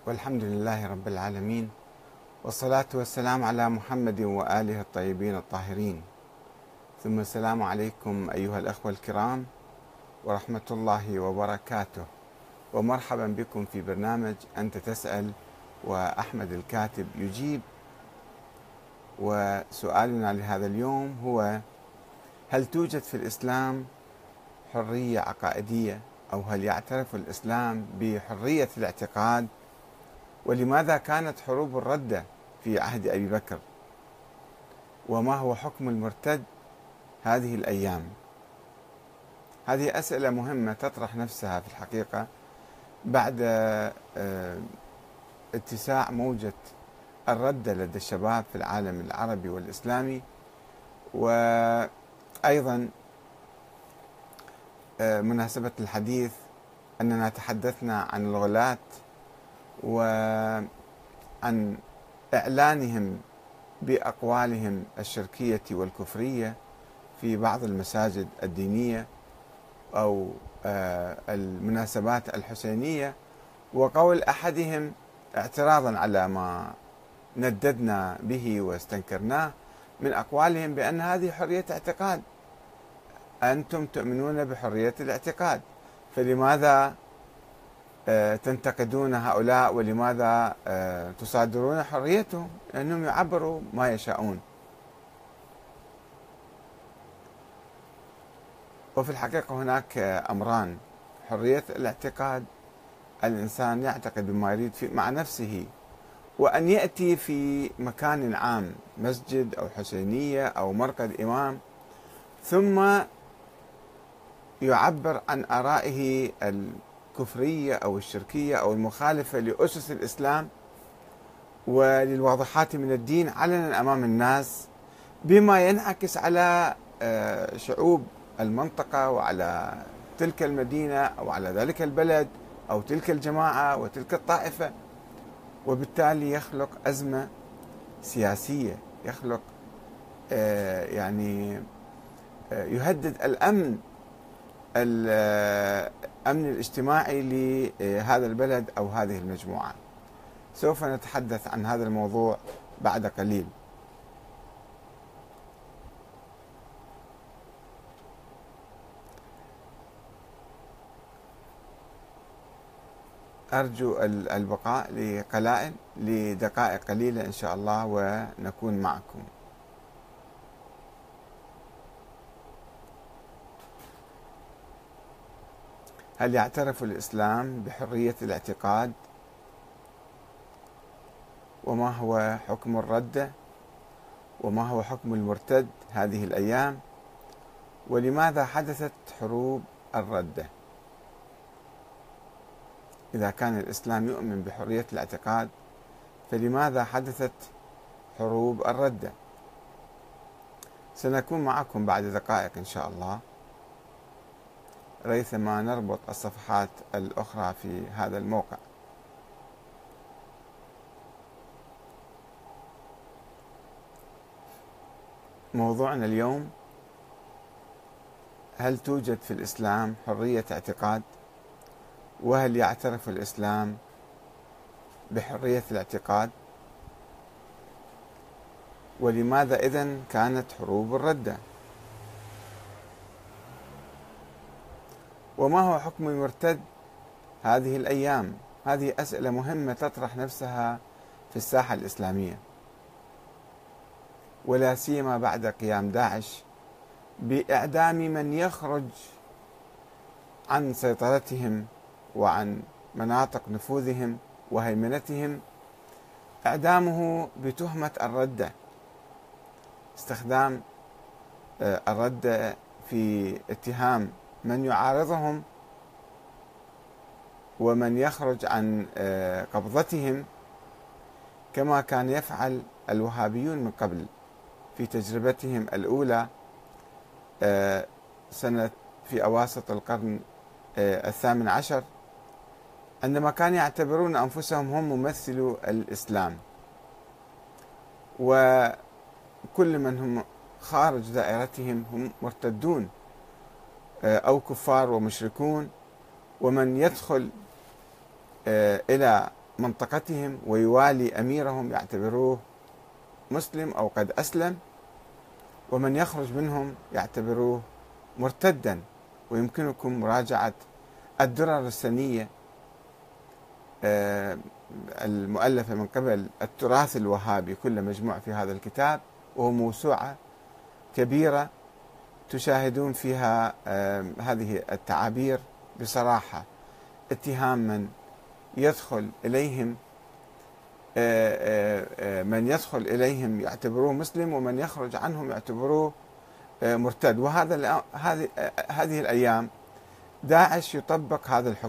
والحمد لله رب العالمين، والصلاة والسلام على محمد وآله الطيبين الطاهرين. ثم السلام عليكم أيها الأخوة الكرام ورحمة الله وبركاته، ومرحبا بكم في برنامج أنت تسأل وأحمد الكاتب يجيب. وسؤالنا لهذا اليوم هو: هل توجد في الإسلام حرية عقائدية؟ أو هل يعترف الإسلام بحرية الاعتقاد؟ ولماذا كانت حروب الردة في عهد أبي بكر؟ وما هو حكم المرتد هذه الأيام؟ هذه أسئلة مهمة تطرح نفسها في الحقيقة بعد اتساع موجة الردة لدى الشباب في العالم العربي والإسلامي. وأيضا مناسبة الحديث أننا تحدثنا عن الغلاة وعن إعلانهم بأقوالهم الشركية والكفرية في بعض المساجد الدينية أو المناسبات الحسينية، وقول أحدهم اعتراضا على ما نددنا به واستنكرناه من أقوالهم بأن هذه حرية اعتقاد، أنتم تؤمنون بحرية الاعتقاد، فلماذا تنتقدون هؤلاء؟ ولماذا تصادرون حريتهم أنهم يعبروا ما يشاءون؟ وفي الحقيقة هناك أمران: حرية الاعتقاد، الإنسان يعتقد بما يريد مع نفسه، وأن يأتي في مكان عام، مسجد أو حسينية أو مرقد إمام، ثم يعبر عن آرائه الكفرية أو الشركية أو المخالفة لأسس الإسلام وللواضحات من الدين علنا أمام الناس، بما ينعكس على شعوب المنطقة وعلى تلك المدينة أو على ذلك البلد أو تلك الجماعة وتلك الطائفة، وبالتالي يخلق أزمة سياسية، يخلق يهدد الأمن الاجتماعي لهذا البلد أو هذه المجموعة. سوف نتحدث عن هذا الموضوع بعد قليل. أرجو البقاء لدقائق قليلة إن شاء الله ونكون معكم. هل يعترف الإسلام بحرية الاعتقاد؟ وما هو حكم الردة؟ وما هو حكم المرتد هذه الأيام؟ ولماذا حدثت حروب الردة؟ إذا كان الإسلام يؤمن بحرية الاعتقاد، فلماذا حدثت حروب الردة؟ سنكون معكم بعد دقائق إن شاء الله، ريثما نربط الصفحات الأخرى في هذا الموقع. موضوعنا اليوم: هل توجد في الإسلام حرية اعتقاد؟ وهل يعترف الإسلام بحرية الاعتقاد؟ ولماذا إذن كانت حروب الردة؟ وما هو حكم المرتد هذه الأيام؟ هذه أسئلة مهمة تطرح نفسها في الساحة الإسلامية، ولا سيما بعد قيام داعش بإعدام من يخرج عن سيطرتهم وعن مناطق نفوذهم وهيمنتهم، إعدامه بتهمة الردة، استخدام الردة في اتهام من يعارضهم ومن يخرج عن قبضتهم، كما كان يفعل الوهابيون من قبل في تجربتهم الأولى في أواسط القرن الثامن عشر، عندما كانوا يعتبرون أنفسهم هم ممثلو الإسلام، وكل من هم خارج دائرتهم هم مرتدون أو كفار ومشركون، ومن يدخل إلى منطقتهم ويوالي أميرهم يعتبروه مسلم أو قد أسلم، ومن يخرج منهم يعتبروه مرتدا. ويمكنكم مراجعة الدرر السنية المؤلفة من قبل التراث الوهابي كل مجموع في هذا الكتاب، وهو موسوعة كبيرة تشاهدون فيها هذه التعابير بصراحة. اتهام من يدخل إليهم يعتبروه مسلم، ومن يخرج عنهم يعتبروه مرتد. هذه الأيام داعش يطبق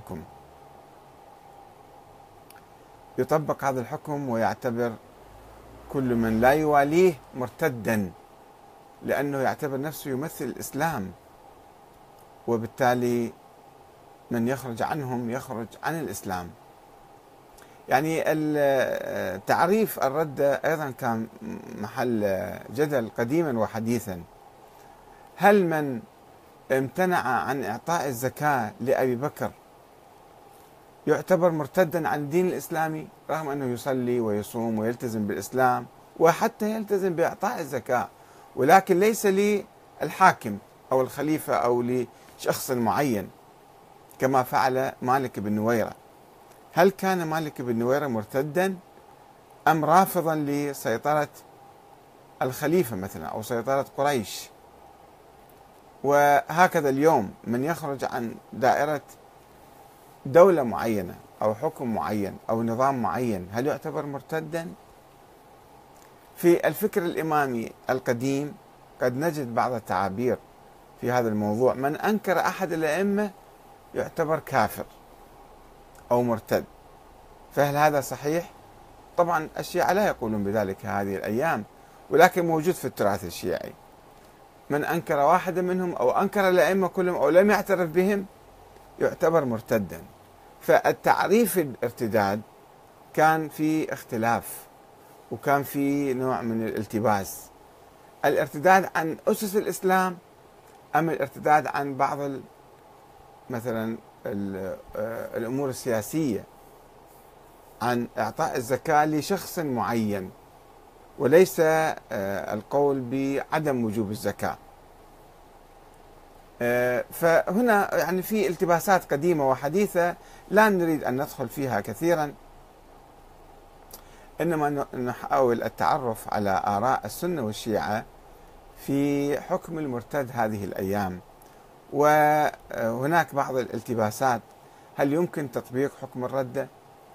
هذا الحكم ويعتبر كل من لا يواليه مرتدا، لأنه يعتبر نفسه يمثل الإسلام، وبالتالي من يخرج عنهم يخرج عن الإسلام. يعني تعريف الردة أيضا كان محل جدل قديما وحديثا. هل من امتنع عن إعطاء الزكاة لأبي بكر يعتبر مرتدا عن الدين الإسلامي رغم أنه يصلي ويصوم ويلتزم بالإسلام وحتى يلتزم بإعطاء الزكاة، ولكن ليس للحاكم أو الخليفة أو لشخص معين كما فعل مالك بن نويرة؟ هل كان مالك بن نويرة مرتدا أم رافضا لسيطرة الخليفة مثلا أو سيطرة قريش؟ وهكذا اليوم من يخرج عن دائرة دولة معينة أو حكم معين أو نظام معين هل يعتبر مرتدا؟ في الفكر الإمامي القديم قد نجد بعض التعابير في هذا الموضوع. من أنكر أحد الأئمة يعتبر كافر أو مرتد. فهل هذا صحيح؟ طبعا الشيعة لا يقولون بذلك هذه الأيام، ولكن موجود في التراث الشيعي. من أنكر واحدا منهم أو أنكر الأئمة كلهم أو لم يعترف بهم يعتبر مرتدا. فالتعريف الارتداد كان في اختلاف وكان في نوع من الالتباس. الارتداد عن أسس الإسلام أم الارتداد عن بعض مثلا الأمور السياسية، عن إعطاء الزكاة لشخص معين وليس القول بعدم وجوب الزكاة. فهنا يعني في التباسات قديمة وحديثة لا نريد أن ندخل فيها كثيرا، إنما نحاول التعرف على آراء السنة والشيعة في حكم المرتد هذه الأيام. وهناك بعض الالتباسات. هل يمكن تطبيق حكم الردة؟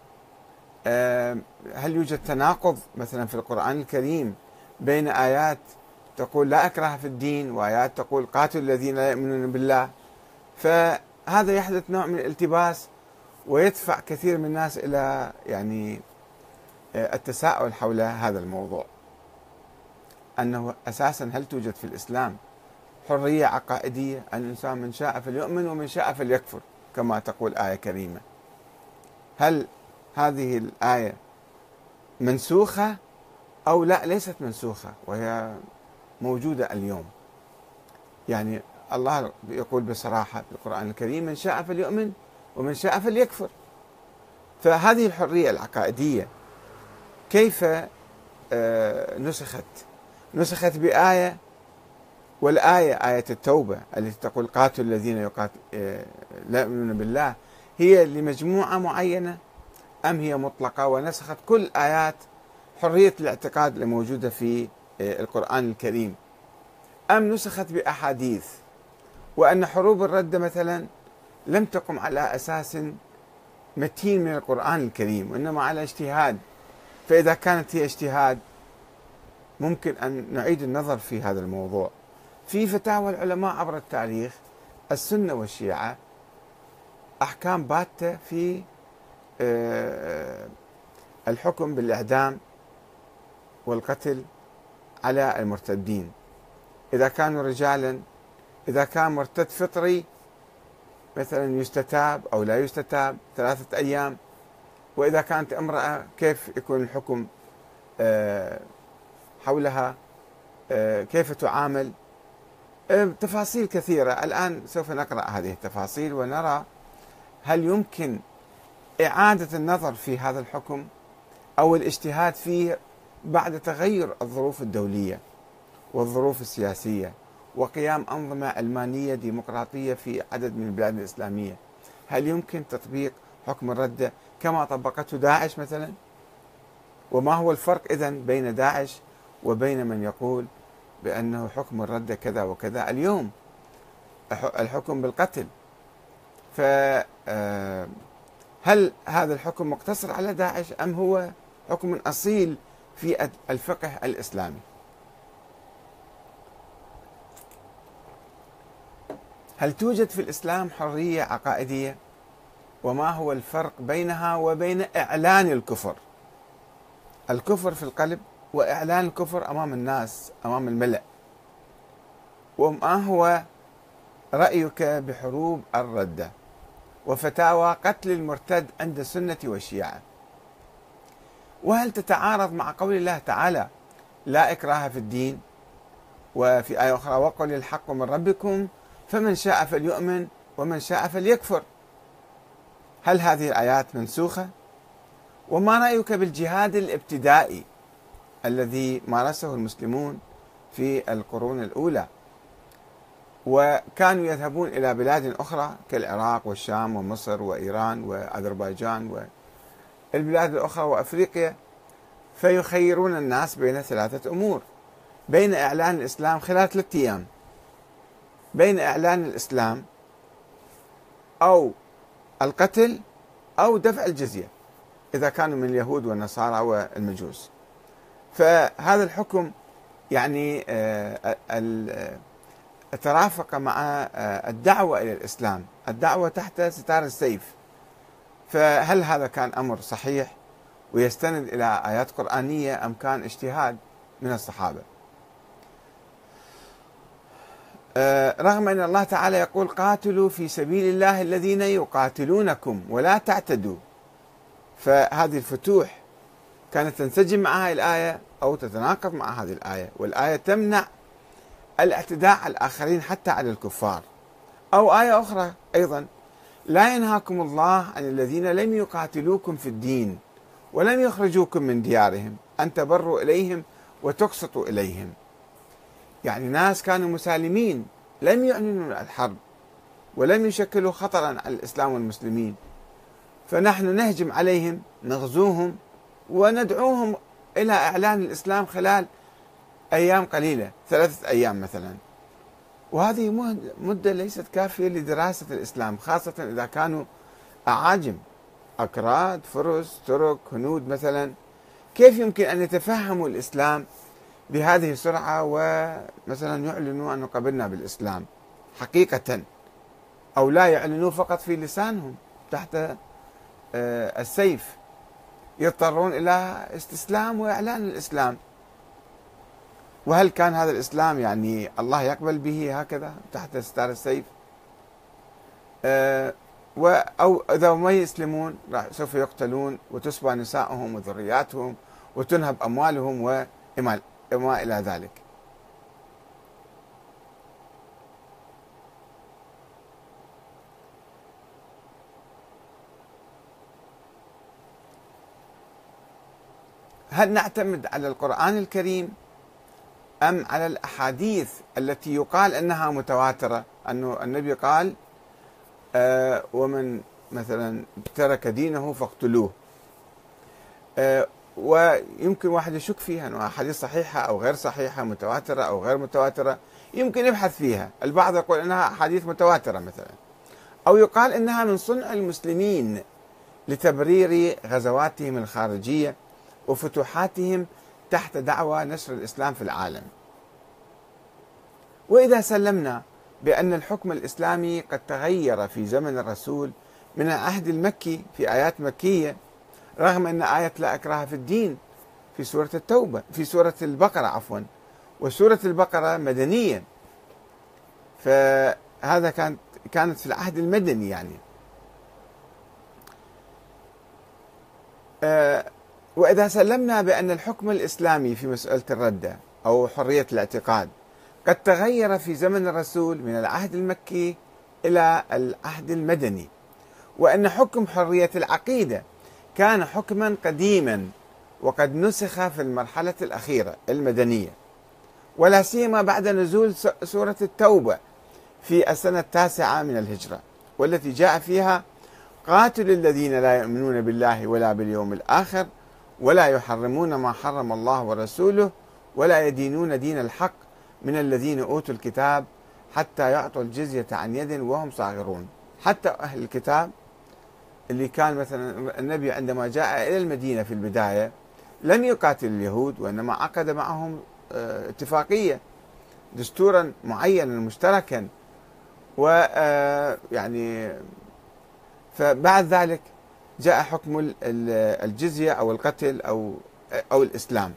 هل يوجد تناقض مثلا في القرآن الكريم بين آيات تقول لا إكراه في الدين وآيات تقول قاتلوا الذين لا يؤمنون بالله؟ فهذا يحدث نوع من الالتباس ويدفع كثير من الناس إلى يعني التساؤل حول هذا الموضوع، أنه أساسا هل توجد في الإسلام حرية عقائدية؟ الإنسان من شاء فليؤمن ومن شاء فليكفر كما تقول آية كريمة. هل هذه الآية منسوخة أو لا ليست منسوخة وهي موجودة اليوم؟ يعني الله يقول بصراحة في القرآن الكريم من شاء فليؤمن ومن شاء فليكفر. فهذه الحرية العقائدية كيف نسخت بآية، والآية آية التوبة التي تقول قاتلوا الذين لا يؤمنون بالله هي لمجموعة معينة أم هي مطلقة ونسخت كل آيات حرية الاعتقاد الموجودة في القرآن الكريم، أم نسخت بأحاديث؟ وأن حروب الردة مثلا لم تقم على أساس متين من القرآن الكريم وإنما على اجتهاد. فإذا كانت هي اجتهاد ممكن أن نعيد النظر في هذا الموضوع. في فتاوى العلماء عبر التاريخ السنة والشيعة أحكام باتة في الحكم بالإعدام والقتل على المرتدين إذا كانوا رجالا، إذا كان مرتد فطري مثلا يستتاب أو لا يستتاب 3 أيام، وإذا كانت امرأة كيف يكون الحكم حولها، كيف تعامل. تفاصيل كثيرة. الآن سوف نقرأ هذه التفاصيل ونرى هل يمكن إعادة النظر في هذا الحكم أو الاجتهاد فيه بعد تغير الظروف الدولية والظروف السياسية وقيام أنظمة علمانية ديمقراطية في عدد من البلاد الإسلامية. هل يمكن تطبيق حكم الردة كما طبقته داعش مثلا؟ وما هو الفرق إذن بين داعش وبين من يقول بأنه حكم الردة كذا وكذا اليوم الحكم بالقتل؟ فهل هذا الحكم مقتصر على داعش أم هو حكم أصيل في الفقه الإسلامي؟ هل توجد في الإسلام حرية عقائدية؟ وما هو الفرق بينها وبين إعلان الكفر؟ الكفر في القلب وإعلان الكفر أمام الناس أمام الملأ. وما هو رأيك بحروب الردة وفتاوى قتل المرتد عند السنة والشيعة؟ وهل تتعارض مع قول الله تعالى لا إكراه في الدين، وفي آية أخرى وقل الحق من ربكم فمن شاء فليؤمن ومن شاء فليكفر؟ هل هذه الآيات منسوخة؟ وما رأيك بالجهاد الابتدائي الذي مارسه المسلمون في القرون الأولى وكانوا يذهبون إلى بلاد أخرى كالعراق والشام ومصر وإيران وأذربيجان والبلاد الأخرى وأفريقيا، فيخيرون الناس بين ثلاثة أمور: بين إعلان الإسلام خلال 3 أيام، بين إعلان الإسلام أو القتل أو دفع الجزية إذا كانوا من اليهود والنصارى والمجوس. فهذا الحكم يعني ترافق مع الدعوة إلى الإسلام، الدعوة تحت ستار السيف. فهل هذا كان أمر صحيح ويستند إلى آيات قرآنية أم كان اجتهاد من الصحابة؟ رغم أن الله تعالى يقول قاتلوا في سبيل الله الذين يقاتلونكم ولا تعتدوا، فهذه الفتوح كانت تنسجم مع هذه الآية أو تتناقض مع هذه الآية، والآية تمنع الاعتداء على الآخرين حتى على الكفار. أو آية أخرى أيضا: لا ينهاكم الله عن الذين لم يقاتلوكم في الدين ولم يخرجوكم من ديارهم أن تبروا إليهم وتقسطوا إليهم. يعني ناس كانوا مسالمين لم يعلنوا الحرب ولم يشكلوا خطرا على الإسلام والمسلمين، فنحن نهجم عليهم نغزوهم وندعوهم إلى إعلان الإسلام خلال أيام قليلة، 3 أيام مثلا. وهذه مدة ليست كافية لدراسة الإسلام، خاصة إذا كانوا أعاجم، أكراد، فرس، ترك، هنود مثلا. كيف يمكن أن يتفهموا الإسلام بهذه السرعة ومثلا يعلنوا أنه قبلنا بالإسلام حقيقة، أو لا يعلنوا فقط في لسانهم تحت السيف، يضطرون إلى استسلام وإعلان الإسلام؟ وهل كان هذا الإسلام يعني الله يقبل به هكذا تحت ستار السيف؟ أو إذا ما يسلمون سوف يقتلون وتسبى نسائهم وذرياتهم وتنهب أموالهم وما إلى ذلك. هل نعتمد على القرآن الكريم أم على الأحاديث التي يقال أنها متواترة، أنه النبي قال ومن مثلا ترك دينه فاقتلوه، ويمكن واحد يشك فيها أنه أحاديث صحيحة أو غير صحيحة، متواترة أو غير متواترة، يمكن يبحث فيها. البعض يقول أنها أحاديث متواترة مثلا، أو يقال أنها من صنع المسلمين لتبرير غزواتهم الخارجية وفتوحاتهم تحت دعوى نشر الإسلام في العالم. وإذا سلمنا بأن الحكم الإسلامي قد تغير في زمن الرسول من العهد المكي في آيات مكية، رغم أن آية لا إكراه في الدين في سورة التوبة في سورة البقرة عفوا، وسورة البقرة مدنية، فهذا كانت في العهد المدني يعني. وإذا سلمنا بأن الحكم الإسلامي في مسألة الردة أو حرية الاعتقاد قد تغير في زمن الرسول من العهد المكي إلى العهد المدني، وأن حكم حرية العقيدة كان حكما قديما وقد نسخ في المرحلة الأخيرة المدنية، ولا سيما بعد نزول سورة التوبة في السنة 9 من الهجرة، والتي جاء فيها: قاتل الذين لا يؤمنون بالله ولا باليوم الآخر ولا يحرمون ما حرم الله ورسوله ولا يدينون دين الحق من الذين أوتوا الكتاب حتى يعطوا الجزية عن يد وهم صاغرون. حتى أهل الكتاب اللي كان مثلا النبي عندما جاء إلى المدينة في البداية لم يقاتل اليهود، وإنما عقد معهم اتفاقية، دستورا معينا مشتركا، ويعني فبعد ذلك جاء حكم الجزية أو القتل أو الإسلام.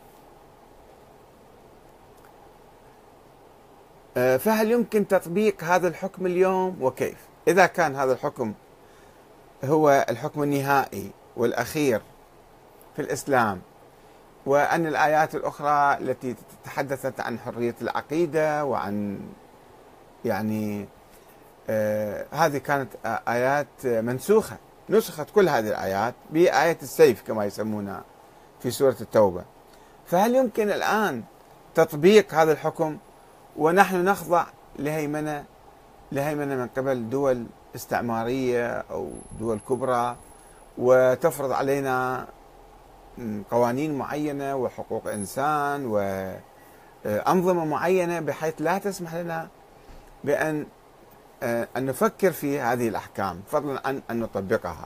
فهل يمكن تطبيق هذا الحكم اليوم وكيف؟ إذا كان هذا الحكم هو الحكم النهائي والأخير في الإسلام، وأن الآيات الأخرى التي تحدثت عن حرية العقيدة وعن يعني هذه كانت آيات منسوخة، نسخت كل هذه الآيات بآية السيف كما يسمونها في سورة التوبة، فهل يمكن الآن تطبيق هذا الحكم ونحن نخضع لهيمنة من قبل دول استعمارية أو دول كبرى وتفرض علينا قوانين معينة وحقوق إنسان وأنظمة معينة بحيث لا تسمح لنا بأن نفكر في هذه الأحكام فضلا عن أن نطبقها؟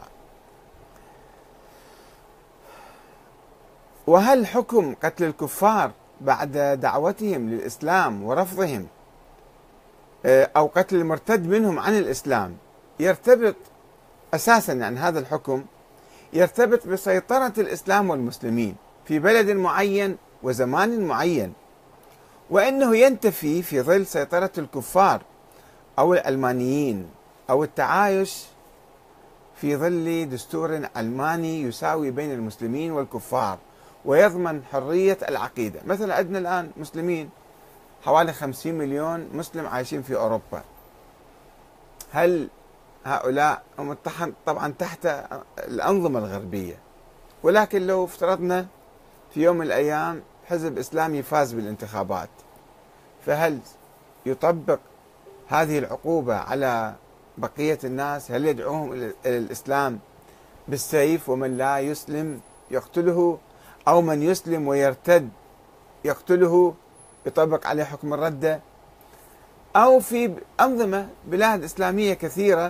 وهل حكم قتل الكفار بعد دعوتهم للإسلام ورفضهم أو قتل المرتد منهم عن الإسلام يرتبط أساسا، يعني هذا الحكم يرتبط بسيطرة الإسلام والمسلمين في بلد معين وزمان معين، وأنه ينتفي في ظل سيطرة الكفار أو العلمانيين أو التعايش في ظل دستور علماني يساوي بين المسلمين والكفار ويضمن حرية العقيدة. مثلا عندنا الآن مسلمين حوالي 50 مليون مسلم عايشين في أوروبا، هل هؤلاء هم طبعا تحت الأنظمة الغربية، ولكن لو افترضنا في يوم من الأيام حزب إسلامي فاز بالانتخابات، فهل يطبق هذه العقوبة على بقية الناس؟ هل يدعوهم إلى الإسلام بالسيف ومن لا يسلم يقتله، أو من يسلم ويرتد يقتله يطبق عليه حكم الردة؟ أو في أنظمة بلاد إسلامية كثيرة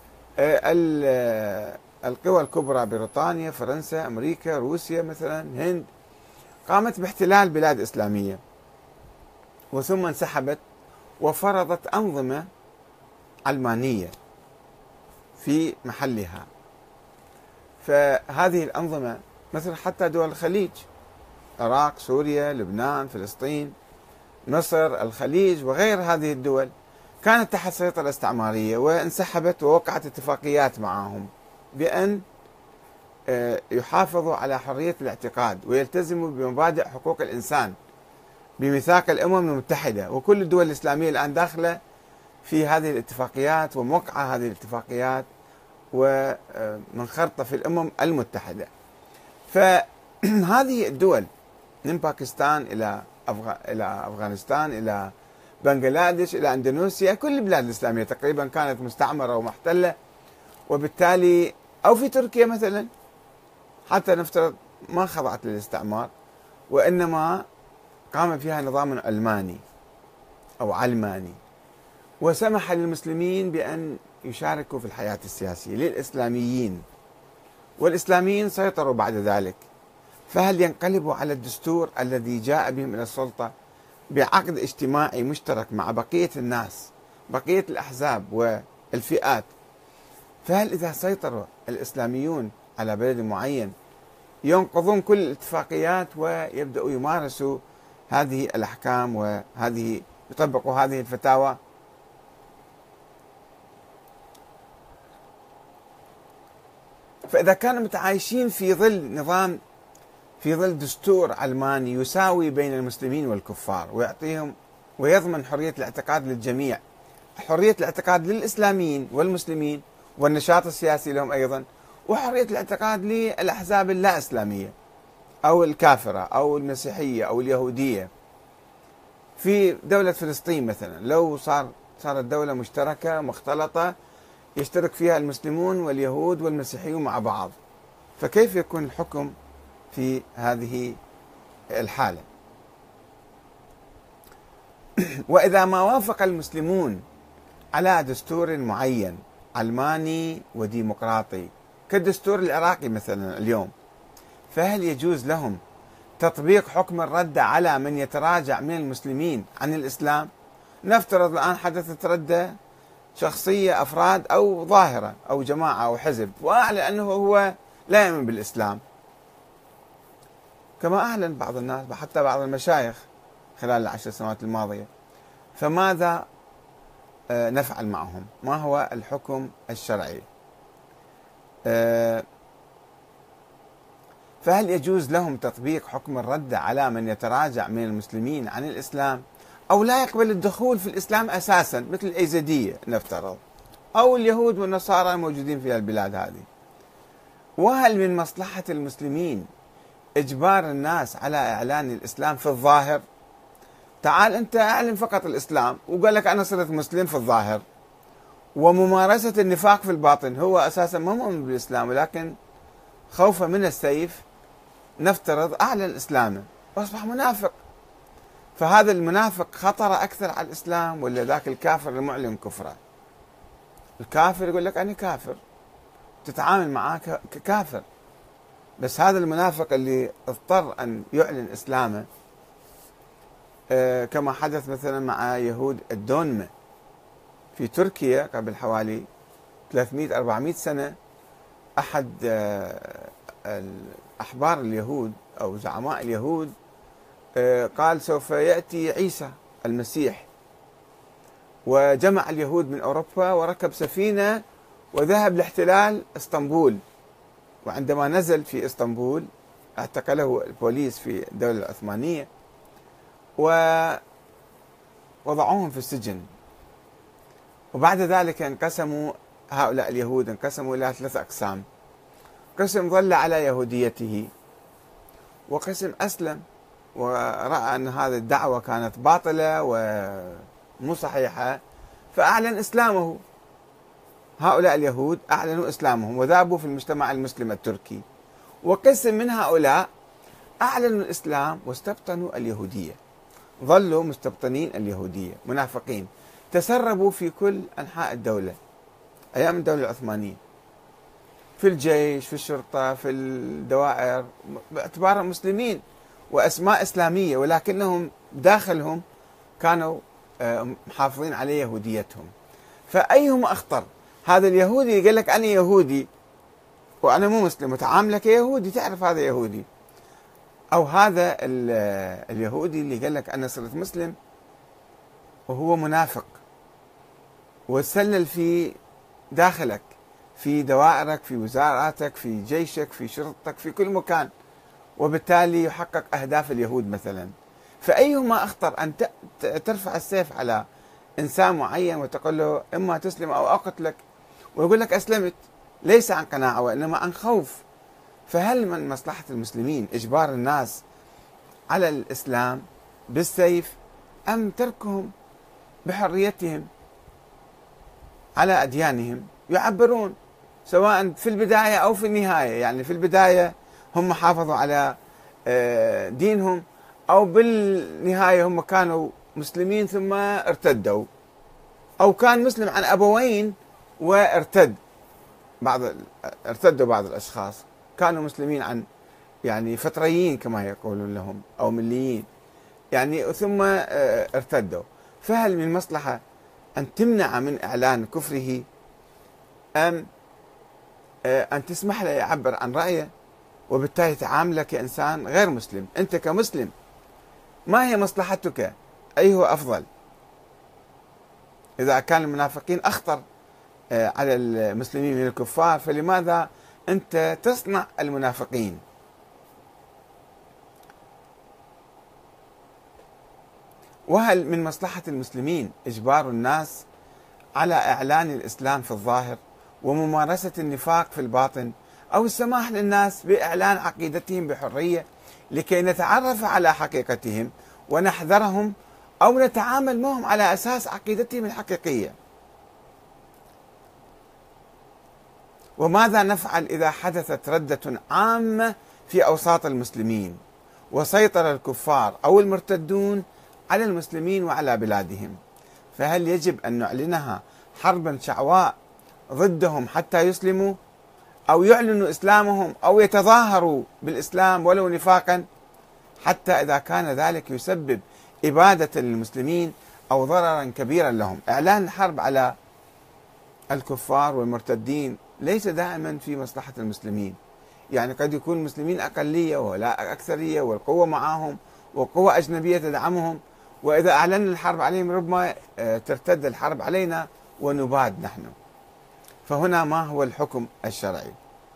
القوى الكبرى بريطانيا، فرنسا، أمريكا، روسيا مثلا، هند، قامت باحتلال بلاد إسلامية وثم انسحبت وفرضت أنظمة علمانية في محلها. فهذه الأنظمة مثل حتى دول الخليج، العراق، سوريا، لبنان، فلسطين، مصر، الخليج وغير هذه الدول كانت تحت سيطرة استعمارية وانسحبت ووقعت اتفاقيات معهم بأن يحافظوا على حرية الاعتقاد ويلتزموا بمبادئ حقوق الإنسان بميثاق الأمم المتحدة، وكل الدول الإسلامية الآن داخلة في هذه الاتفاقيات وموقعة هذه الاتفاقيات ومنخرطة في الأمم المتحدة. فهذه الدول من باكستان إلى أفغانستان إلى بنغلاديش إلى أندونيسيا، كل البلاد الإسلامية تقريبا كانت مستعمرة ومحتلة، وبالتالي أو في تركيا مثلا حتى نفترض ما خضعت للاستعمار وإنما قام فيها نظام علماني أو علماني وسمح للمسلمين بأن يشاركوا في الحياة السياسية للإسلاميين، والإسلاميين سيطروا بعد ذلك، فهل ينقلبوا على الدستور الذي جاء بهم إلى السلطة بعقد اجتماعي مشترك مع بقية الناس، بقية الأحزاب والفئات؟ فهل إذا سيطروا الإسلاميون على بلد معين ينقضون كل الاتفاقيات ويبدأوا يمارسوا هذه الأحكام وهذه يطبقوا هذه الفتاوى؟ فإذا كانوا متعايشين في ظل نظام، في ظل دستور علماني يساوي بين المسلمين والكفار ويعطيهم ويضمن حرية الاعتقاد للجميع، حرية الاعتقاد للإسلاميين والمسلمين والنشاط السياسي لهم أيضا، وحرية الاعتقاد للأحزاب اللا إسلامية أو الكافرة أو المسيحية أو اليهودية. في دولة فلسطين مثلا لو صارت دولة مشتركة مختلطة يشترك فيها المسلمون واليهود والمسيحيون مع بعض، فكيف يكون الحكم في هذه الحالة؟ وإذا ما وافق المسلمون على دستور معين علماني وديمقراطي كالدستور العراقي مثلا اليوم، فهل يجوز لهم تطبيق حكم الردة على من يتراجع من المسلمين عن الإسلام؟ نفترض الآن حدثت ردة شخصية، أفراد أو ظاهرة أو جماعة أو حزب، وأعلن أنه هو لا يؤمن بالإسلام كما أعلن بعض الناس حتى بعض المشايخ خلال العشر سنوات الماضية. فماذا نفعل معهم؟ ما هو الحكم الشرعي؟ فهل يجوز لهم تطبيق حكم الردة على من يتراجع من المسلمين عن الإسلام أو لا يقبل الدخول في الإسلام أساسا، مثل الأيزيدية نفترض أو اليهود والنصارى الموجودين في البلاد هذه؟ وهل من مصلحة المسلمين إجبار الناس على إعلان الإسلام في الظاهر؟ تعال أنت أعلن فقط الإسلام وقال لك أنا صرت مسلم في الظاهر، وممارسة النفاق في الباطن، هو أساسا ما مؤمن بالإسلام ولكن خوفا من السيف نفترض أعلن إسلامه وأصبح منافق. فهذا المنافق خطر أكثر على الإسلام ولا ذاك الكافر المعلن كفره؟ الكافر يقول لك أنا كافر، تتعامل معاه ككافر، بس هذا المنافق اللي اضطر أن يعلن إسلامه كما حدث مثلا مع يهود الدونمة في تركيا قبل حوالي 300-400 سنة. أحد أحبار اليهود أو زعماء اليهود قال سوف يأتي عيسى المسيح، وجمع اليهود من أوروبا وركب سفينة وذهب لاحتلال اسطنبول، وعندما نزل في اسطنبول اعتقله البوليس في الدولة العثمانية ووضعوهم في السجن. وبعد ذلك انقسموا هؤلاء اليهود إلى 3 أقسام: قسم ظل على يهوديته، وقسم أسلم ورأى أن هذه الدعوة كانت باطلة ومو صحيحة فأعلن إسلامه. هؤلاء اليهود أعلنوا إسلامهم وذابوا في المجتمع المسلم التركي. وقسم من هؤلاء أعلنوا الإسلام واستبطنوا اليهودية، ظلوا مستبطنين اليهودية، منافقين، تسربوا في كل أنحاء الدولة أيام الدولة العثمانية، في الجيش، في الشرطة، في الدوائر، باعتبارهم مسلمين وأسماء إسلامية، ولكنهم داخلهم كانوا محافظين على يهوديتهم. فأيهما أخطر؟ هذا اليهودي قال لك أنا يهودي وأنا مو مسلم وتعاملك يهودي، تعرف هذا يهودي، أو هذا اليهودي اللي قال لك أنا صرت مسلم وهو منافق وتسلل في داخلك، في دوائرك، في وزاراتك، في جيشك، في شرطتك، في كل مكان، وبالتالي يحقق أهداف اليهود مثلا. فأيهما أخطر؟ أن ترفع السيف على إنسان معين وتقول له إما تسلم أو أقتلك، ويقول لك أسلمت، ليس عن قناعة وإنما عن خوف. فهل من مصلحة المسلمين إجبار الناس على الإسلام بالسيف أم تركهم بحريتهم على أديانهم يعبرون، سواء في البداية أو في النهاية؟ يعني في البداية هم حافظوا على دينهم، أو بالنهاية هم كانوا مسلمين ثم ارتدوا، أو كان مسلم عن أبوين وارتدوا بعض الأشخاص كانوا مسلمين عن يعني فطريين كما يقولون لهم أو مليين يعني ثم ارتدوا. فهل من مصلحة أن تمنع من إعلان كفره أم أن تسمح له يعبر عن رأيه وبالتالي تعامله كإنسان غير مسلم؟ أنت كمسلم ما هي مصلحتك؟ أي هو أفضل؟ إذا كان المنافقين أخطر على المسلمين من الكفار، فلماذا أنت تصنع المنافقين؟ وهل من مصلحة المسلمين إجبار الناس على إعلان الإسلام في الظاهر وممارسة النفاق في الباطن، أو السماح للناس بإعلان عقيدتهم بحرية لكي نتعرف على حقيقتهم ونحذرهم أو نتعامل معهم على أساس عقيدتهم الحقيقية. وماذا نفعل إذا حدثت ردة عامة في أوساط المسلمين وسيطر الكفار أو المرتدون على المسلمين وعلى بلادهم؟ فهل يجب أن نعلنها حربا شعواء ضدهم حتى يسلموا، أو يعلنوا إسلامهم أو يتظاهروا بالإسلام ولو نفاقا، حتى إذا كان ذلك يسبب إبادة للمسلمين أو ضررا كبيرا لهم؟ إعلان الحرب على الكفار والمرتدين ليس دائما في مصلحة المسلمين. يعني قد يكون المسلمين أقلية ولا أكثرية، والقوة معهم وقوة أجنبية تدعمهم، وإذا أعلنا الحرب عليهم ربما ترتد الحرب علينا ونباد نحن. فهنا ما هو الحكم الشرعي؟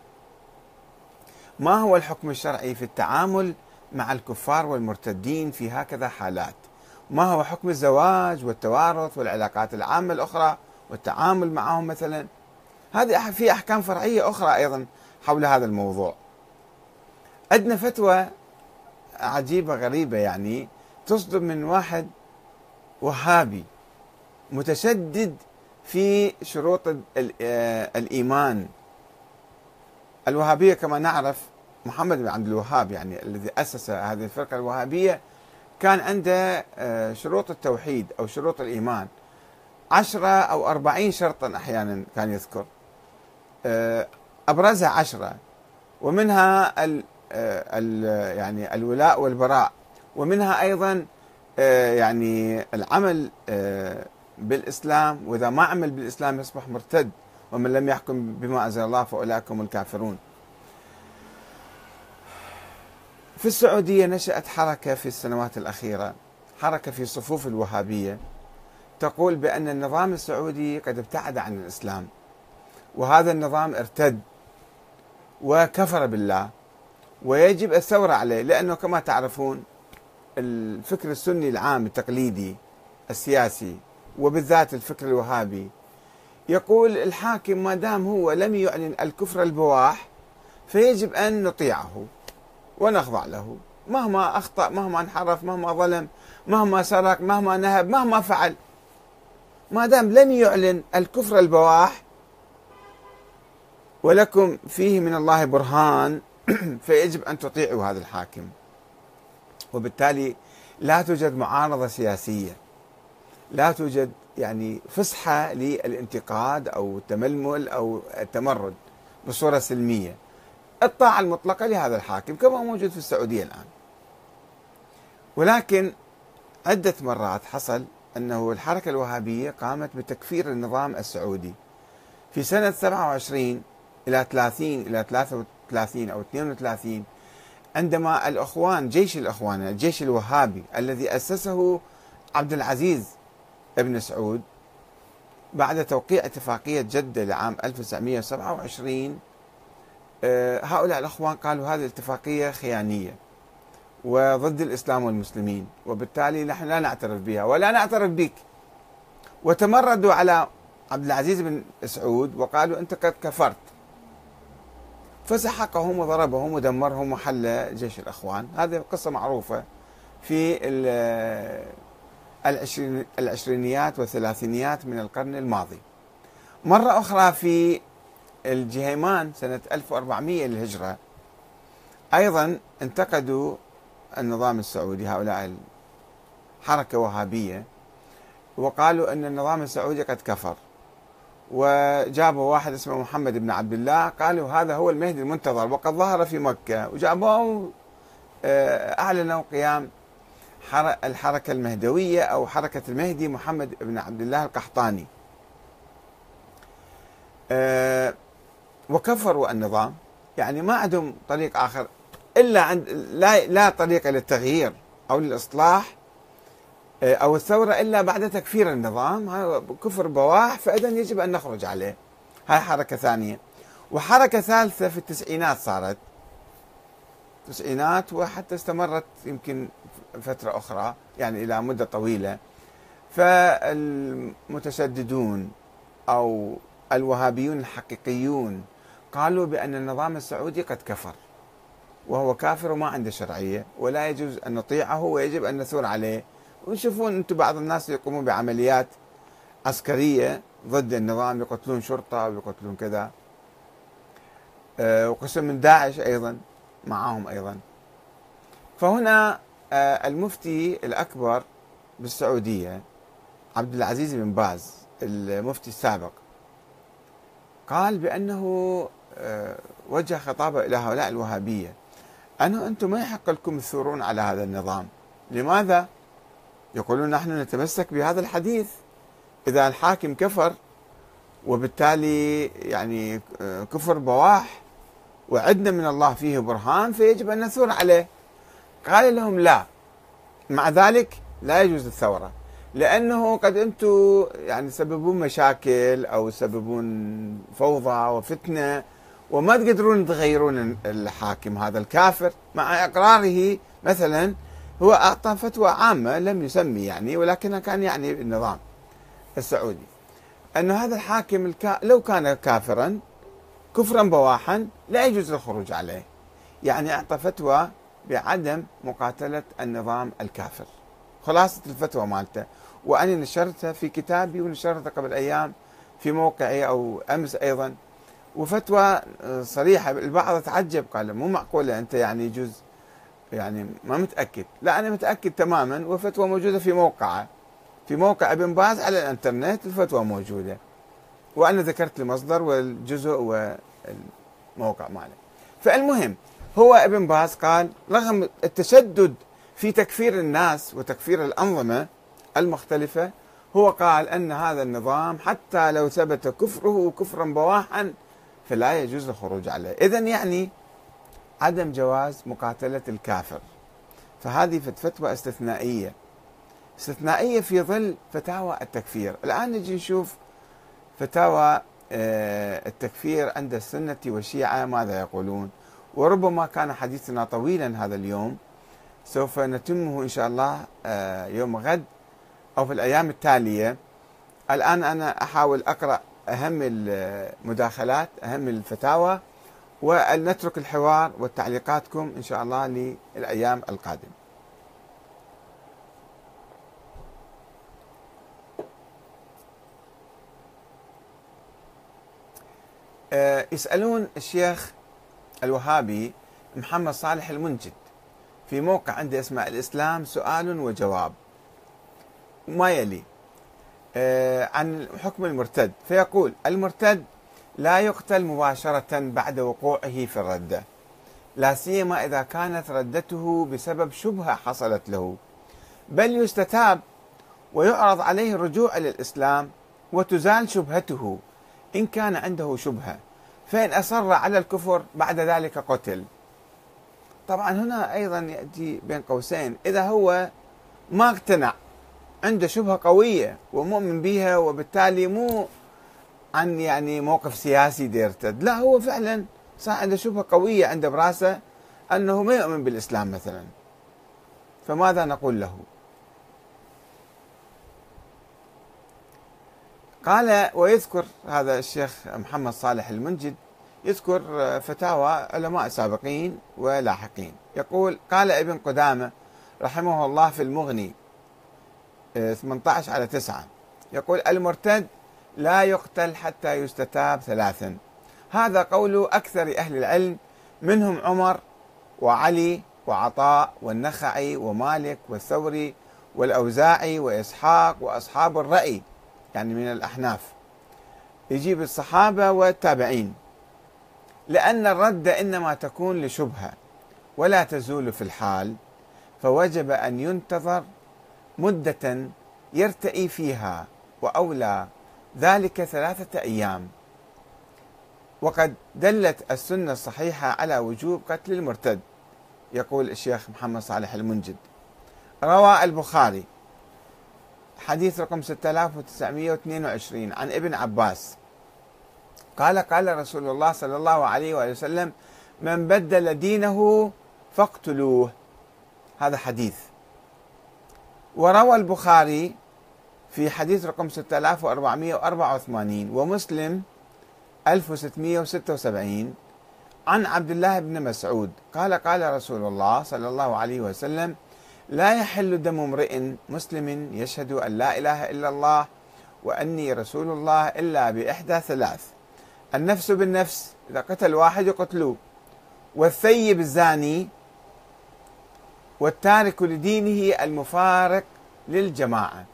ما هو الحكم الشرعي في التعامل مع الكفار والمرتدين في هكذا حالات؟ ما هو حكم الزواج والتوارث والعلاقات العامة الأخرى والتعامل معهم مثلا؟ هذه في أحكام فرعية أخرى أيضا حول هذا الموضوع. عندنا فتوى عجيبة غريبة يعني تصدر من واحد وهابي متشدد في شروط الإيمان. الوهابية كما نعرف محمد بن عبد الوهاب يعني الذي أسس هذه الفرقة الوهابية كان عنده شروط التوحيد أو شروط الإيمان 10 أو 40 شرطا أحيانا كان يذكر، أبرزها 10، ومنها يعني الولاء والبراء، ومنها أيضا يعني العمل بالإسلام، وإذا ما عمل بالإسلام يصبح مرتد، ومن لم يحكم بما أنزل الله فأولئك هم الكافرون. في السعودية نشأت حركة في السنوات الأخيرة، حركة في صفوف الوهابية تقول بأن النظام السعودي قد ابتعد عن الإسلام، وهذا النظام ارتد وكفر بالله ويجب الثورة عليه، لأنه كما تعرفون الفكر السني العام التقليدي السياسي وبالذات الفكر الوهابي يقول الحاكم ما دام هو لم يعلن الكفر البواح فيجب أن نطيعه ونخضع له، مهما أخطأ، مهما انحرف، مهما ظلم، مهما سرق، مهما نهب، مهما فعل، ما دام لم يعلن الكفر البواح ولكم فيه من الله برهان فيجب أن تطيعوا هذا الحاكم. وبالتالي لا توجد معارضة سياسية، لا توجد يعني فسحة للانتقاد أو التململ أو التمرد بصورة سلمية، الطاعة المطلقة لهذا الحاكم كما موجود في السعودية الآن. ولكن عدة مرات حصل أنه الحركة الوهابية قامت بتكفير النظام السعودي. في سنة 27 إلى 30 إلى 33 أو 32 عندما الأخوان، جيش الأخوان، الجيش الوهابي الذي أسسه عبد العزيز ابن سعود بعد توقيع اتفاقية جدة لعام 1927، هؤلاء الأخوان قالوا هذه الاتفاقية خيانية وضد الإسلام والمسلمين، وبالتالي نحن لا نعترف بها ولا نعترف بك، وتمردوا على عبد العزيز بن سعود وقالوا أنت قد كفرت، فسحقهم وضربهم ودمرهم وحل جيش الأخوان. هذه قصة معروفة في العشرينيات والثلاثينيات من القرن الماضي. مرة أخرى في الجهيمان سنة 1400 للهجرة أيضا انتقدوا النظام السعودي، هؤلاء الحركة وهابية، وقالوا أن النظام السعودي قد كفر، وجابوا واحد اسمه محمد بن عبد الله قالوا هذا هو المهدي المنتظر وقد ظهر في مكة، وجابوه أعلنوا قيام الحركة المهدوية أو حركة المهدي محمد بن عبد الله القحطاني، وكفروا النظام. يعني ما عندهم طريق آخر إلا عند لا طريق للتغيير أو للإصلاح أو الثورة إلا بعد تكفير النظام، هذا كفر بواح، فإذا يجب أن نخرج عليه. هاي حركة ثانية. وحركة ثالثة في التسعينات صارت، التسعينات وحتى استمرت يمكن فترة أخرى يعني إلى مدة طويلة، فالمتشددون أو الوهابيون الحقيقيون قالوا بأن النظام السعودي قد كفر، وهو كافر وما عنده شرعية ولا يجوز أن نطيعه ويجب أن نثور عليه. وتشوفون أنتم بعض الناس يقومون بعمليات عسكرية ضد النظام، يقتلون شرطة ويقتلون كذا، وقسم من داعش أيضا معهم أيضا. فهنا المفتي الأكبر بالسعودية عبد العزيز بن باز المفتي السابق قال بأنه وجه خطابه إلى هؤلاء الوهابية أنه أنتم ما يحق لكم تثورون على هذا النظام. لماذا؟ يقولون نحن نتمسك بهذا الحديث، إذا الحاكم كفر وبالتالي يعني كفر بواح وعدنا من الله فيه برهان فيجب أن نثور عليه. قال لهم لا، مع ذلك لا يجوز الثورة، لأنه قد أنتم يعني تسببون مشاكل أو تسببون فوضى وفتنة وما تقدرون تغيرون الحاكم هذا الكافر، مع إقراره مثلا هو أعطى فتوى عامة لم يسمي يعني، ولكنها كان يعني النظام السعودي أنه هذا الحاكم لو كان كافرا كفرا بواحا لا يجوز الخروج عليه، يعني أعطى فتوى بعدم مقاتلة النظام الكافر. خلاصة الفتوى مالته، وأنا نشرتها في كتابي ونشرتها قبل أيام في موقعي أو أمس أيضا، وفتوى صريحة. البعض تعجب قال مو معقولة أنت يعني يجوز يعني ما متأكد. لا، أنا متأكد تماما، وفتوى موجودة في موقعه، في موقع ابن باز على الانترنت الفتوى موجودة، وأنا ذكرت المصدر والجزء والموقع ماله. فالمهم هو ابن باز قال رغم التشدد في تكفير الناس وتكفير الأنظمة المختلفة، هو قال أن هذا النظام حتى لو ثبت كفره كفرا بواحا فلا يجوز الخروج عليه. إذن يعني عدم جواز مقاتلة الكافر. فهذه فتوى استثنائية في ظل فتاوى التكفير. الآن نجي نشوف فتاوى التكفير عند السنة والشيعة ماذا يقولون، وربما كان حديثنا طويلا هذا اليوم، سوف نتمه إن شاء الله يوم غد أو في الأيام التالية. الآن أنا أحاول أقرأ أهم المداخلات، أهم الفتاوى، ونترك الحوار والتعليقاتكم إن شاء الله للأيام القادمة. يسألون الشيخ الوهابي محمد صالح المنجد في موقع عنده اسمه الإسلام سؤال وجواب ما يلي عن حكم المرتد، فيقول المرتد لا يقتل مباشرة بعد وقوعه في الردة، لا سيما إذا كانت ردته بسبب شبهة حصلت له، بل يستتاب ويعرض عليه الرجوع إلى الإسلام وتزال شبهته إن كان عنده شبهة، فإن أصر على الكفر بعد ذلك قتل. طبعا هنا أيضا يأتي بين قوسين، إذا هو ما اقتنع عنده شبهة قوية ومؤمن بها وبالتالي مو عن يعني موقف سياسي يرتد، لا هو فعلا صار عنده شبهة قوية عنده براسه أنه ما يؤمن بالإسلام مثلا، فماذا نقول له؟ قال ويذكر هذا الشيخ محمد صالح المنجد يذكر فتاوى علماء سابقين ولاحقين، يقول قال ابن قدامة رحمه الله في المغني 18/9 يقول المرتد لا يقتل حتى يستتاب 3، هذا قول أكثر أهل العلم منهم عمر وعلي وعطاء والنخعي ومالك والثوري والأوزاعي وإسحاق وأصحاب الرأي يعني من الأحناف، يجيب الصحابة والتابعين، لأن الرد إنما تكون لشبهة ولا تزول في الحال، فوجب أن ينتظر مدة يرتئي فيها، وأولى ذلك 3 أيام. وقد دلت السنة الصحيحة على وجوب قتل المرتد، يقول الشيخ محمد صالح المنجد. روى البخاري حديث رقم 6922 عن ابن عباس قال قال رسول الله صلى الله عليه وآله وسلم من بدل دينه فاقتلوه، هذا حديث. وروى البخاري في حديث رقم 6484 ومسلم 1676 عن عبد الله بن مسعود قال قال رسول الله صلى الله عليه وسلم: لا يحل دم امرئ مسلم يشهد أن لا إله إلا الله وأني رسول الله إلا بإحدى ثلاث: النفس بالنفس، إذا قتل واحد يقتلوه، والثيب الزاني، والتارك لدينه المفارق للجماعة.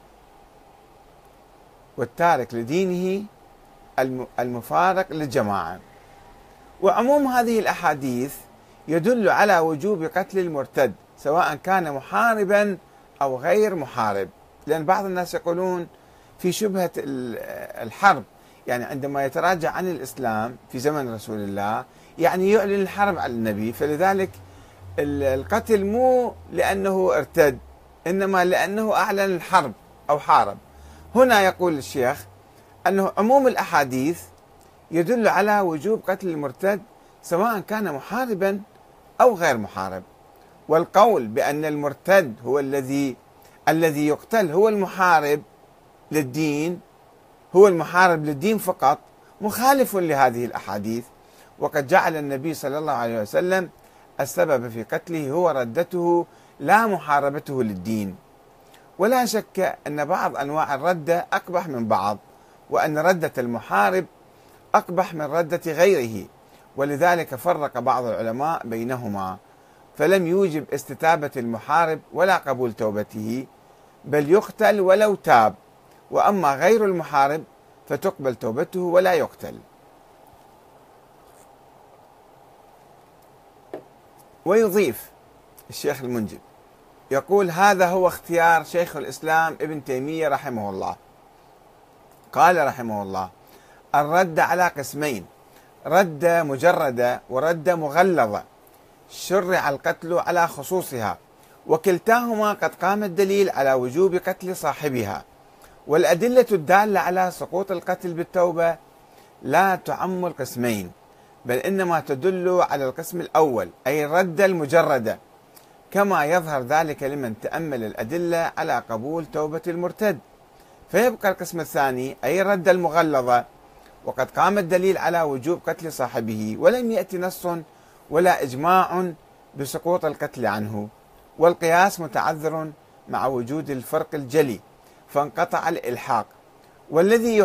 والتارك لدينه المفارق للجماعة. وعموم هذه الأحاديث يدل على وجوب قتل المرتد سواء كان محاربا أو غير محارب، لأن بعض الناس يقولون في شبهة الحرب، يعني عندما يتراجع عن الإسلام في زمن رسول الله يعني يعلن الحرب على النبي، فلذلك القتل مو لأنه ارتد إنما لأنه أعلن الحرب أو حارب. هنا يقول الشيخ أنه عموم الأحاديث يدل على وجوب قتل المرتد سواء كان محاربا أو غير محارب، والقول بأن المرتد هو الذي يقتل هو المحارب للدين، هو المحارب للدين فقط، مخالف لهذه الأحاديث. وقد جعل النبي صلى الله عليه وسلم السبب في قتله هو ردته لا محاربته للدين. ولا شك أن بعض أنواع الردة أقبح من بعض، وأن ردة المحارب أقبح من ردة غيره، ولذلك فرق بعض العلماء بينهما، فلم يوجب استتابة المحارب ولا قبول توبته، بل يقتل ولو تاب، وأما غير المحارب فتقبل توبته ولا يقتل. ويضيف الشيخ المنجد يقول: هذا هو اختيار شيخ الإسلام ابن تيمية رحمه الله. قال رحمه الله: الرد على قسمين: ردة مجردة وردة مغلظة، شرع القتل على خصوصها، وكلتاهما قد قام الدليل على وجوب قتل صاحبها، والأدلة الدالة على سقوط القتل بالتوبة لا تعم القسمين، بل إنما تدل على القسم الأول أي الردة المجردة، كما يظهر ذلك لمن تأمل الأدلة على قبول توبة المرتد. فيبقى القسم الثاني أي الردة المغلظة، وقد قام الدليل على وجوب قتل صاحبه، ولم يأتي نص ولا إجماع بسقوط القتل عنه، والقياس متعذر مع وجود الفرق الجلي، فانقطع الإلحاق. والذي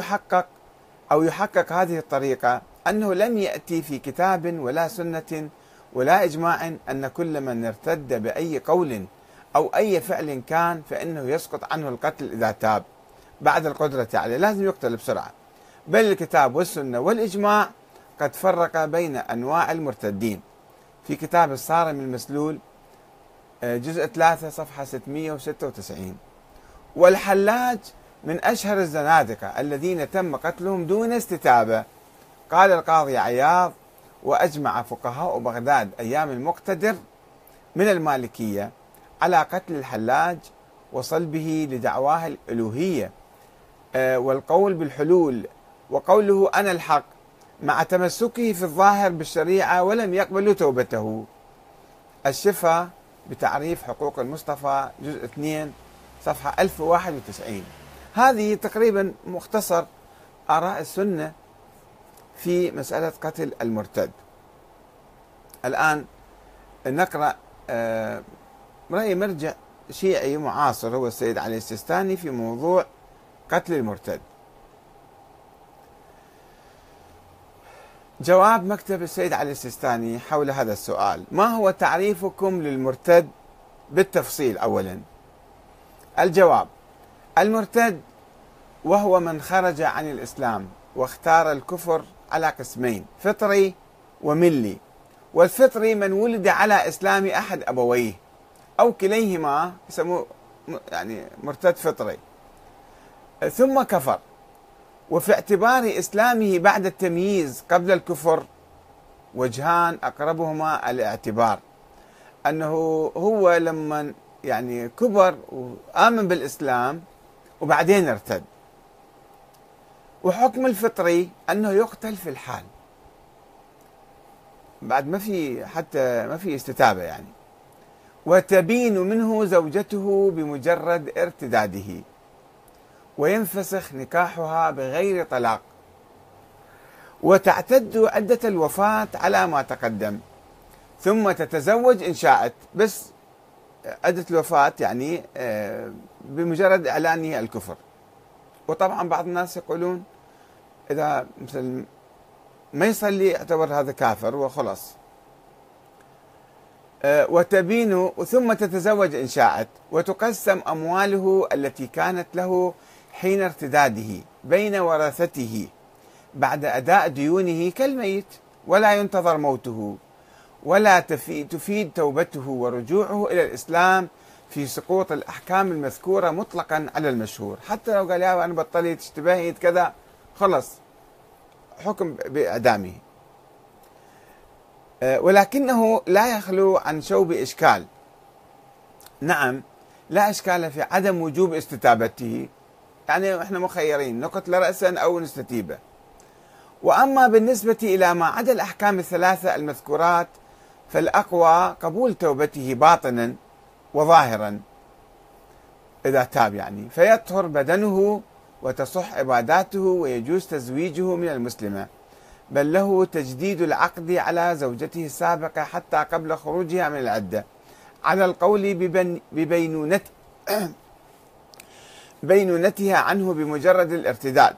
يحقق هذه الطريقة أنه لم يأتي في كتاب ولا سنة ولا إجماع أن كل من ارتد بأي قول أو أي فعل كان فإنه يسقط عنه القتل إذا تاب بعد القدرة عليه، لازم يقتل بسرعة، بل الكتاب والسنة والإجماع قد فرق بين أنواع المرتدين في كتاب الصارم المسلول جزء 3 صفحة 696. والحلاج من أشهر الزنادقة الذين تم قتلهم دون استتابة. قال القاضي عياض: وأجمع فقهاء بغداد أيام المقتدر من المالكية على قتل الحلاج وصلبه لدعواه الألوهية والقول بالحلول، وقوله أنا الحق، مع تمسكه في الظاهر بالشريعة ولم يقبلوا توبته. الشفا بتعريف حقوق المصطفى جزء 2 صفحة 1091. هذه تقريبا مختصر آراء السنة في مسألة قتل المرتد. الآن نقرأ رأي مرجع شيعي معاصر هو السيد علي السيستاني في موضوع قتل المرتد. جواب مكتب السيد علي السيستاني حول هذا السؤال: ما هو تعريفكم للمرتد بالتفصيل؟ أولا الجواب: المرتد وهو من خرج عن الإسلام واختار الكفر على قسمين: فطري وملي. والفطري من ولد على إسلام أحد أبويه أو كليهما، يسموه يعني مرتد فطري، ثم كفر. وفي اعتبار إسلامه بعد التمييز قبل الكفر وجهان أقربهما الاعتبار، أنه هو لما يعني كبر وآمن بالإسلام وبعدين ارتد. وحكم الفطري أنه يقتل في الحال بعد ما في استتابة يعني، وتبين منه زوجته بمجرد ارتداده، وينفسخ نكاحها بغير طلاق، وتعتد عدة الوفاة على ما تقدم، ثم تتزوج إن شاءت، بس عدة الوفاة يعني بمجرد إعلانه الكفر. وطبعا بعض الناس يقولون إذا مثل ما يصلي يعتبر هذا كافر وخلاص. وتبين ثم تتزوج إن شاءت، وتقسم أمواله التي كانت له حين ارتداده بين ورثته بعد أداء ديونه كالميت، ولا ينتظر موته، ولا تفيد توبته ورجوعه إلى الإسلام في سقوط الأحكام المذكورة مطلقا على المشهور. حتى لو قال يا أنا بطلت اشتبهت كذا، خلص حكم بإعدامه. ولكنه لا يخلو عن شوب إشكال. نعم، لا إشكال في عدم وجوب استتابته، يعني احنا مخيرين نقتل رأسا أو نستتيبه. وأما بالنسبة إلى ما عدا الأحكام الثلاثة المذكورات فالأقوى قبول توبته باطنا وظاهرا إذا تاب، يعني فيطهر بدنه وتصح عباداته ويجوز تزويجه من المسلمة، بل له تجديد العقد على زوجته السابقة حتى قبل خروجها من العدة، على القول بينونتها عنه بمجرد الارتداد.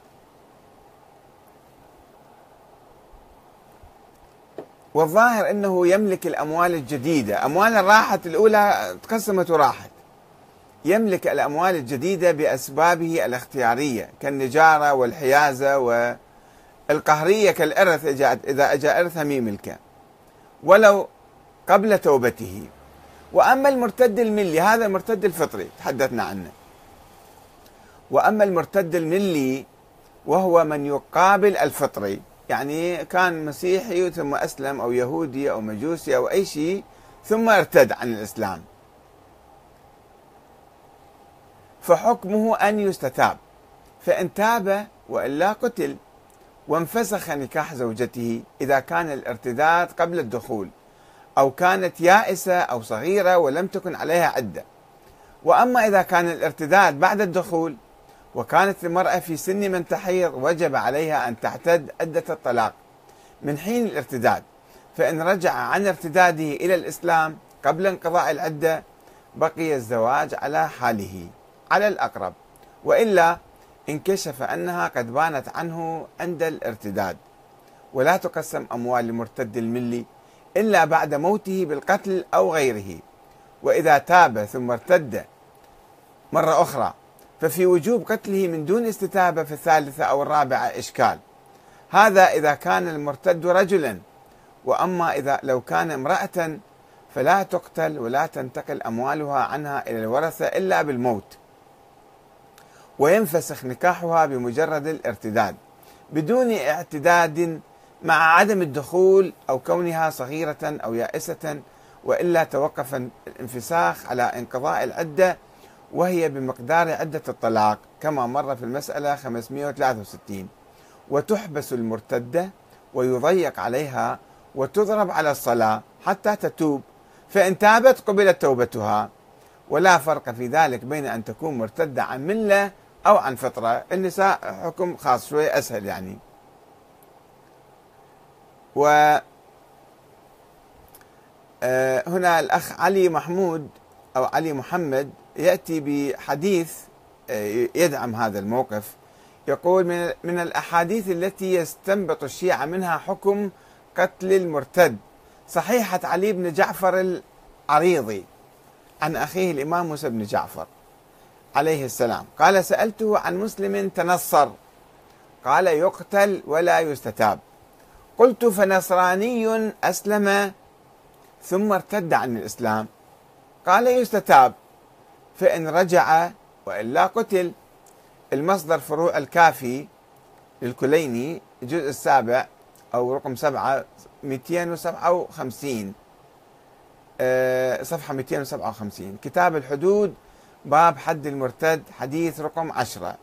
والظاهر أنه يملك الأموال الجديدة، أموال راحت الأولى تقسمت وراحت، يملك الأموال الجديدة بأسبابه الاختيارية كالنجارة والحيازة، والقهرية كالإرث إذا أجى إرث ملكه ولو قبل توبته. وأما المرتد الملي، هذا المرتد الفطري تحدثنا عنه. وأما المرتد الملي وهو من يقابل الفطري، يعني كان مسيحي ثم أسلم أو يهودي أو مجوسي أو أي شيء ثم ارتد عن الإسلام، فحكمه أن يستتاب، فإن تاب وإلا قتل. وانفسخ نكاح زوجته إذا كان الارتداد قبل الدخول، أو كانت يائسة أو صغيرة ولم تكن عليها عدة. وأما إذا كان الارتداد بعد الدخول وكانت المرأة في سن من تحيض، وجب عليها أن تعتد عدة الطلاق من حين الارتداد، فإن رجع عن ارتداده إلى الإسلام قبل انقضاء العدة بقي الزواج على حاله على الأقرب، وإلا انكشف أنها قد بانت عنه عند الارتداد. ولا تقسم أموال المرتد الملي إلا بعد موته بالقتل أو غيره. وإذا تاب ثم ارتد مرة أخرى ففي وجوب قتله من دون استتابة في الثالثة أو الرابعة إشكال، هذا إذا كان المرتد رجلا. وأما إذا لو كان امرأة فلا تقتل ولا تنتقل أموالها عنها إلى الورثة إلا بالموت، وينفسخ نكاحها بمجرد الارتداد بدون اعتداد مع عدم الدخول أو كونها صغيرة أو يائسة، وإلا توقف الانفساخ على انقضاء العدة وهي بمقدار عدة الطلاق كما مر في المسألة 563. وتحبس المرتدة ويضيق عليها وتضرب على الصلاة حتى تتوب، فإن تابت قبلت توبتها. ولا فرق في ذلك بين أن تكون مرتدة عن ملة أو عن فطرة. النساء حكم خاص شوي أسهل يعني. وهنا الأخ علي محمود أو علي محمد يأتي بحديث يدعم هذا الموقف، يقول من الأحاديث التي يستنبط الشيعة منها حكم قتل المرتد صحيحة علي بن جعفر العريضي عن أخيه الإمام موسى بن جعفر عليه السلام قال: سألته عن مسلم تنصر قال: يقتل ولا يستتاب. قلت: فنصراني أسلم ثم ارتد عن الإسلام؟ قال: يستتاب، فإن رجع وإلا قتل. المصدر فروع الكافي للكليني الجزء السابع أو رقم 7 257 صفحة 257، كتاب الحدود باب حد المرتد حديث رقم 10.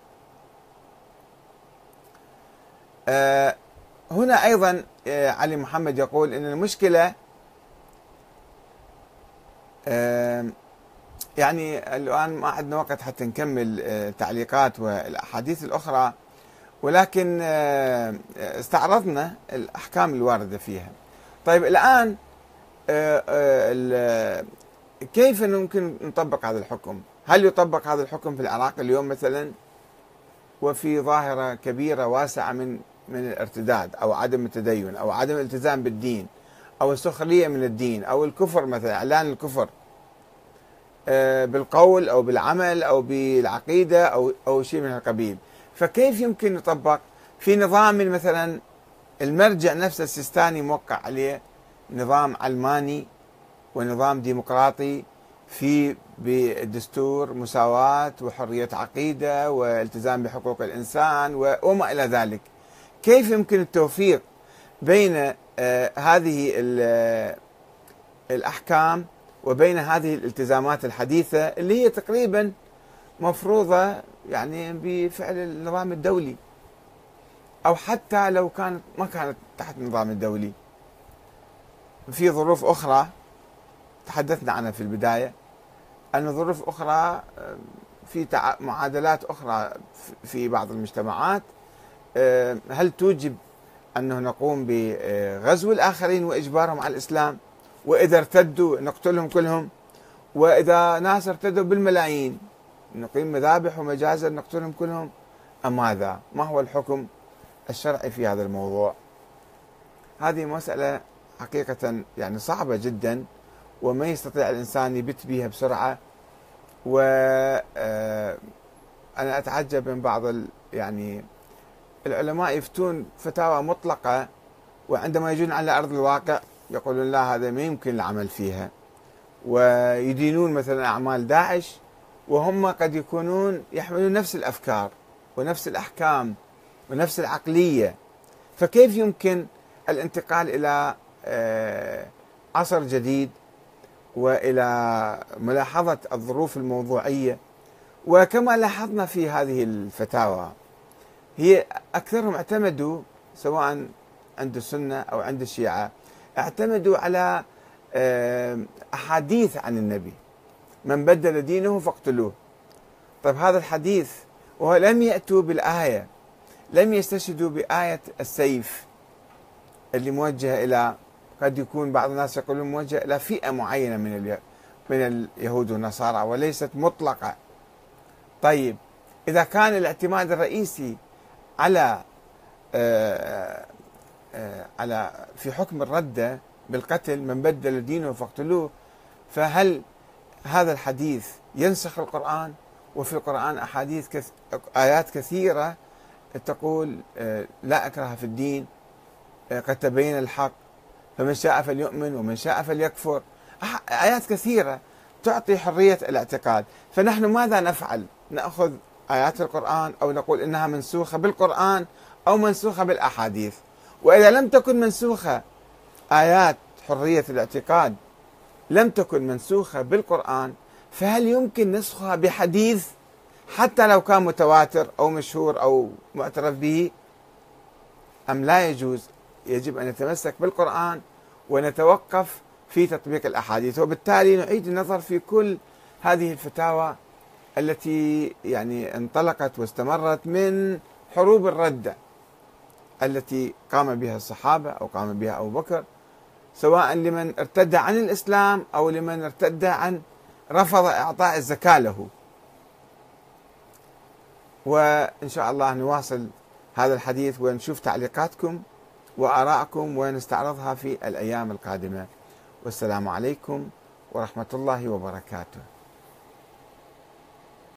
هنا أيضا علي محمد يقول إن المشكلة يعني الآن ما عندنا وقت حتى نكمل التعليقات والأحاديث الأخرى، ولكن استعرضنا الأحكام الواردة فيها. طيب الآن كيف ممكن نطبق هذا الحكم؟ هل يطبق هذا الحكم في العراق اليوم مثلا، وفي ظاهرة كبيرة واسعة من الارتداد أو عدم التدين أو عدم الالتزام بالدين أو السخرية من الدين أو الكفر مثلا، إعلان الكفر بالقول أو بالعمل أو بالعقيدة أو شيء من القبيل. فكيف يمكن يطبق في نظام مثلا المرجع نفسه السيستاني موقع عليه نظام علماني ونظام ديمقراطي في بالدستور مساواة وحرية عقيدة والتزام بحقوق الإنسان وما إلى ذلك؟ كيف يمكن التوفيق بين هذه الأحكام وبين هذه الالتزامات الحديثة اللي هي تقريبا مفروضة يعني بفعل النظام الدولي، أو حتى لو كانت ما كانت تحت النظام الدولي في ظروف أخرى تحدثنا عنها في البداية، أن ظروف أخرى في معادلات أخرى في بعض المجتمعات هل توجب أنه نقوم بغزو الآخرين وإجبارهم على الإسلام، وإذا ارتدوا نقتلهم كلهم، وإذا ناس ارتدوا بالملايين نقيم مذابح ومجازر نقتلهم كلهم، أم ماذا؟ ما هو الحكم الشرعي في هذا الموضوع؟ هذه مسألة حقيقة يعني صعبة جدا، وما يستطيع الإنسان يبت بها بسرعة. وأنا أتعجب من بعض يعني العلماء يفتون فتاوى مطلقة، وعندما يجون على أرض الواقع يقولون لا هذا ما يمكن العمل فيها، ويدينون مثلا أعمال داعش وهم قد يكونون يحملون نفس الأفكار ونفس الأحكام ونفس العقلية. فكيف يمكن الانتقال إلى عصر جديد وإلى ملاحظة الظروف الموضوعية؟ وكما لاحظنا في هذه الفتاوى هي أكثرهم اعتمدوا سواء عند السنة أو عند الشيعة اعتمدوا على أحاديث عن النبي، من بدل دينه فاقتلوه. طيب هذا الحديث ولم يأتوا بالآية، لم يستشهدوا بآية السيف اللي موجهة إلى، قد يكون بعض الناس يقولون موجهة إلى فئة معينة من اليهود والنصارى وليست مطلقة. طيب إذا كان الاعتماد الرئيسي على في حكم الردة بالقتل من بدل دينه فاقتلوه، فهل هذا الحديث ينسخ القرآن؟ وفي القرآن آيات كثيرة تقول لا إكراه في الدين، قد تبين الحق فمن شاء فليؤمن ومن شاء فليكفر، آيات كثيرة تعطي حرية الاعتقاد. فنحن ماذا نفعل؟ نأخذ آيات القرآن أو نقول إنها منسوخة بالقرآن أو منسوخة بالأحاديث؟ وإذا لم تكن منسوخة آيات حرية الاعتقاد لم تكن منسوخة بالقرآن، فهل يمكن نسخها بحديث حتى لو كان متواتر أو مشهور أو معترف به، أم لا يجوز؟ يجب أن نتمسك بالقرآن ونتوقف في تطبيق الأحاديث. وبالتالي نعيد النظر في كل هذه الفتاوى التي يعني انطلقت واستمرت من حروب الردة التي قام بها الصحابة أو قام بها أبو بكر، سواء لمن ارتد عن الإسلام أو لمن ارتد عن رفض إعطاء الزكاة له. وإن شاء الله نواصل هذا الحديث ونشوف تعليقاتكم وآراءكم ونستعرضها في الأيام القادمة. والسلام عليكم ورحمة الله وبركاته.